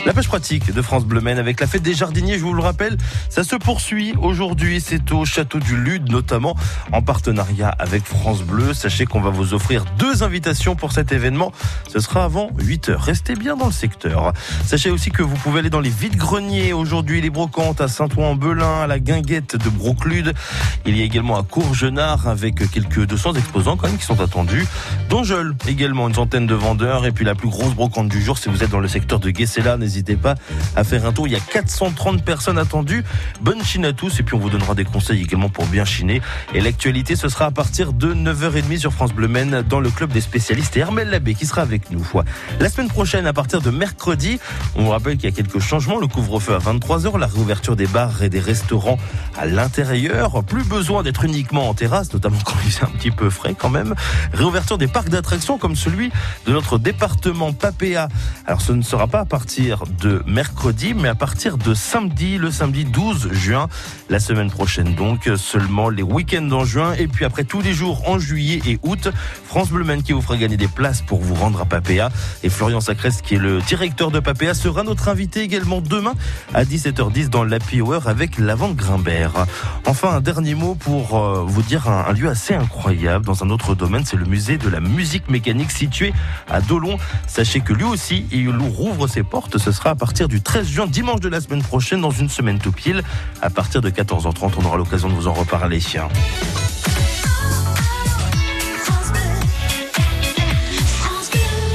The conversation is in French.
La pêche pratique de France Bleu Maine avec la fête des jardiniers, je vous le rappelle, ça se poursuit aujourd'hui. C'est au château du Lude, notamment en partenariat avec France Bleu. Sachez qu'on va vous offrir 2 invitations pour cet événement. Ce sera avant 8h. Restez bien dans le secteur. Sachez aussi que vous pouvez aller dans les vides-greniers. Aujourd'hui, les brocantes à Saint-Ouen-en-Belin, à la Guinguette de Broclude. Il y a également à Courgenard avec quelques 200 exposants quand même qui sont attendus. Dongeul également, une centaine de vendeurs. Et puis la plus grosse brocante du jour, si vous êtes dans le secteur de Guessela, n'hésitez pas à faire un tour. Il y a 430 personnes attendues. Bonne chine à tous. Et puis on vous donnera des conseils également pour bien chiner. Et l'actualité, ce sera à partir de 9h30 sur France Bleu Maine dans le club des spécialistes et Hermel Labbé qui sera avec nous. La semaine prochaine, à partir de mercredi, on vous rappelle qu'il y a quelques changements. Le couvre-feu à 23h, la réouverture des bars et des restaurants à l'intérieur. Plus besoin d'être uniquement en terrasse, notamment quand il fait un petit peu frais quand même. Réouverture des parcs d'attractions comme celui de notre département Papéa. Alors ce ne sera pas à partir de mercredi, mais à partir de samedi, le samedi 12 juin. La semaine prochaine donc, seulement les week-ends en juin. Et puis après tous les jours en juillet et août, France Bleu Maine qui vous fera gagner des places pour vous rendre à Papéa. Et Florian Sacrest, qui est le directeur de Papéa, sera notre invité également demain à 17h10 dans l'Happy Hour avec Lavande Grimbert. Enfin, un dernier mot pour vous dire un lieu assez incroyable dans un autre domaine, c'est le musée de la musique mécanique situé à Dolon. Sachez que lui aussi, il rouvre ses portes. Ce sera à partir du 13 juin, dimanche de la semaine prochaine, dans une semaine tout pile. À partir de 14h30, on aura l'occasion de vous en reparler.